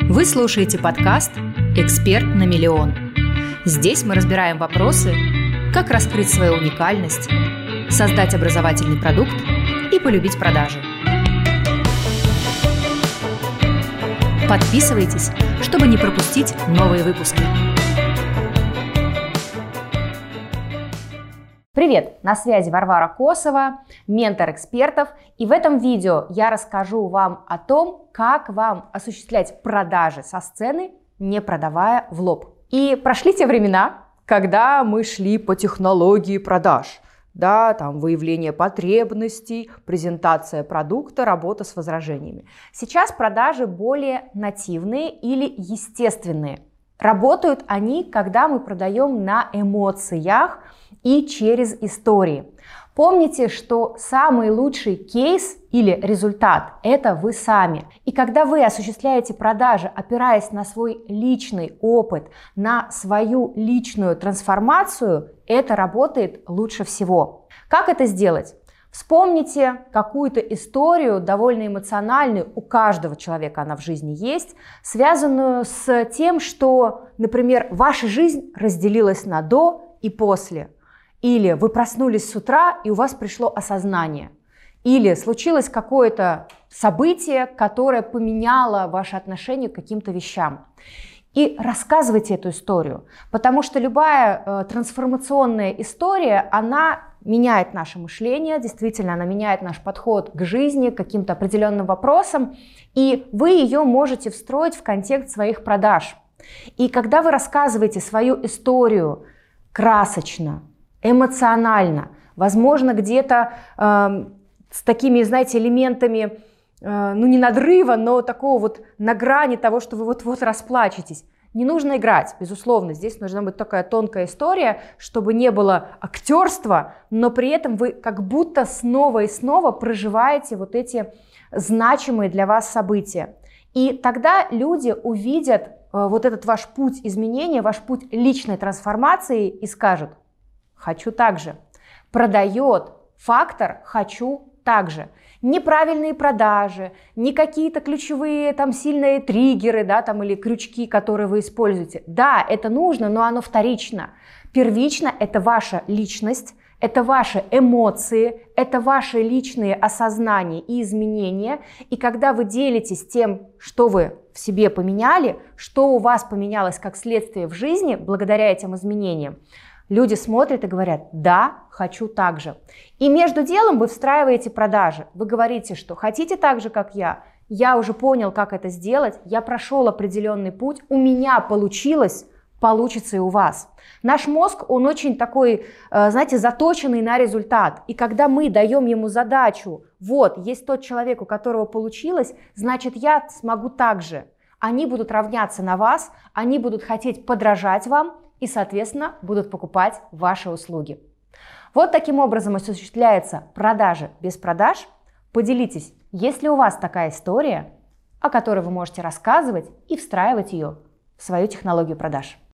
Вы слушаете подкаст «Эксперт на миллион». Здесь мы разбираем вопросы, как раскрыть свою уникальность, создать образовательный продукт и полюбить продажи. Подписывайтесь, чтобы не пропустить новые выпуски. Привет! На связи Варвара Косова, ментор экспертов, и в этом видео я расскажу вам о том, как вам осуществлять продажи со сцены, не продавая в лоб. И прошли те времена, когда мы шли по технологии продаж. Да, там выявление потребностей, презентация продукта, работа с возражениями. Сейчас продажи более нативные или естественные. Работают они, когда мы продаем на эмоциях и через истории. Помните, что самый лучший кейс или результат – это вы сами. И когда вы осуществляете продажи, опираясь на свой личный опыт, на свою личную трансформацию, это работает лучше всего. Как это сделать? Вспомните какую-то историю, довольно эмоциональную, у каждого человека она в жизни есть, связанную с тем, что, например, ваша жизнь разделилась на до и после. Или вы проснулись с утра, и у вас пришло осознание. Или случилось какое-то событие, которое поменяло ваше отношение к каким-то вещам. И рассказывайте эту историю, потому что любая трансформационная история, она меняет наше мышление, действительно, она меняет наш подход к жизни, к каким-то определенным вопросам, и вы ее можете встроить в контекст своих продаж. И когда вы рассказываете свою историю красочно, эмоционально, возможно, где-то с такими, знаете, элементами, ну не надрыва, но такого вот на грани того, что вы вот-вот расплачетесь. Не нужно играть, безусловно, здесь должна быть такая тонкая история, чтобы не было актерства, но при этом вы как будто снова и снова проживаете вот эти значимые для вас события. И тогда люди увидят вот этот ваш путь изменения, ваш путь личной трансформации и скажут: «Хочу так же». Продает фактор «хочу так же». Неправильные продажи, не какие-то ключевые там сильные триггеры, да, там, или крючки, которые вы используете. Да, это нужно, но оно вторично. Первично – это ваша личность, это ваши эмоции, это ваши личные осознания и изменения. И когда вы делитесь тем, что вы в себе поменяли, что у вас поменялось как следствие в жизни благодаря этим изменениям, люди смотрят и говорят: да, хочу так же. И между делом вы встраиваете продажи. Вы говорите, что хотите так же, как я уже понял, как это сделать, я прошел определенный путь, у меня получилось, получится и у вас. Наш мозг, он очень такой, знаете, заточенный на результат. И когда мы даем ему задачу: вот, есть тот человек, у которого получилось, значит, я смогу так же. Они будут равняться на вас, они будут хотеть подражать вам, и, соответственно, будут покупать ваши услуги. Вот таким образом осуществляется продажи без продаж. Поделитесь, есть ли у вас такая история, о которой вы можете рассказывать и встраивать ее в свою технологию продаж.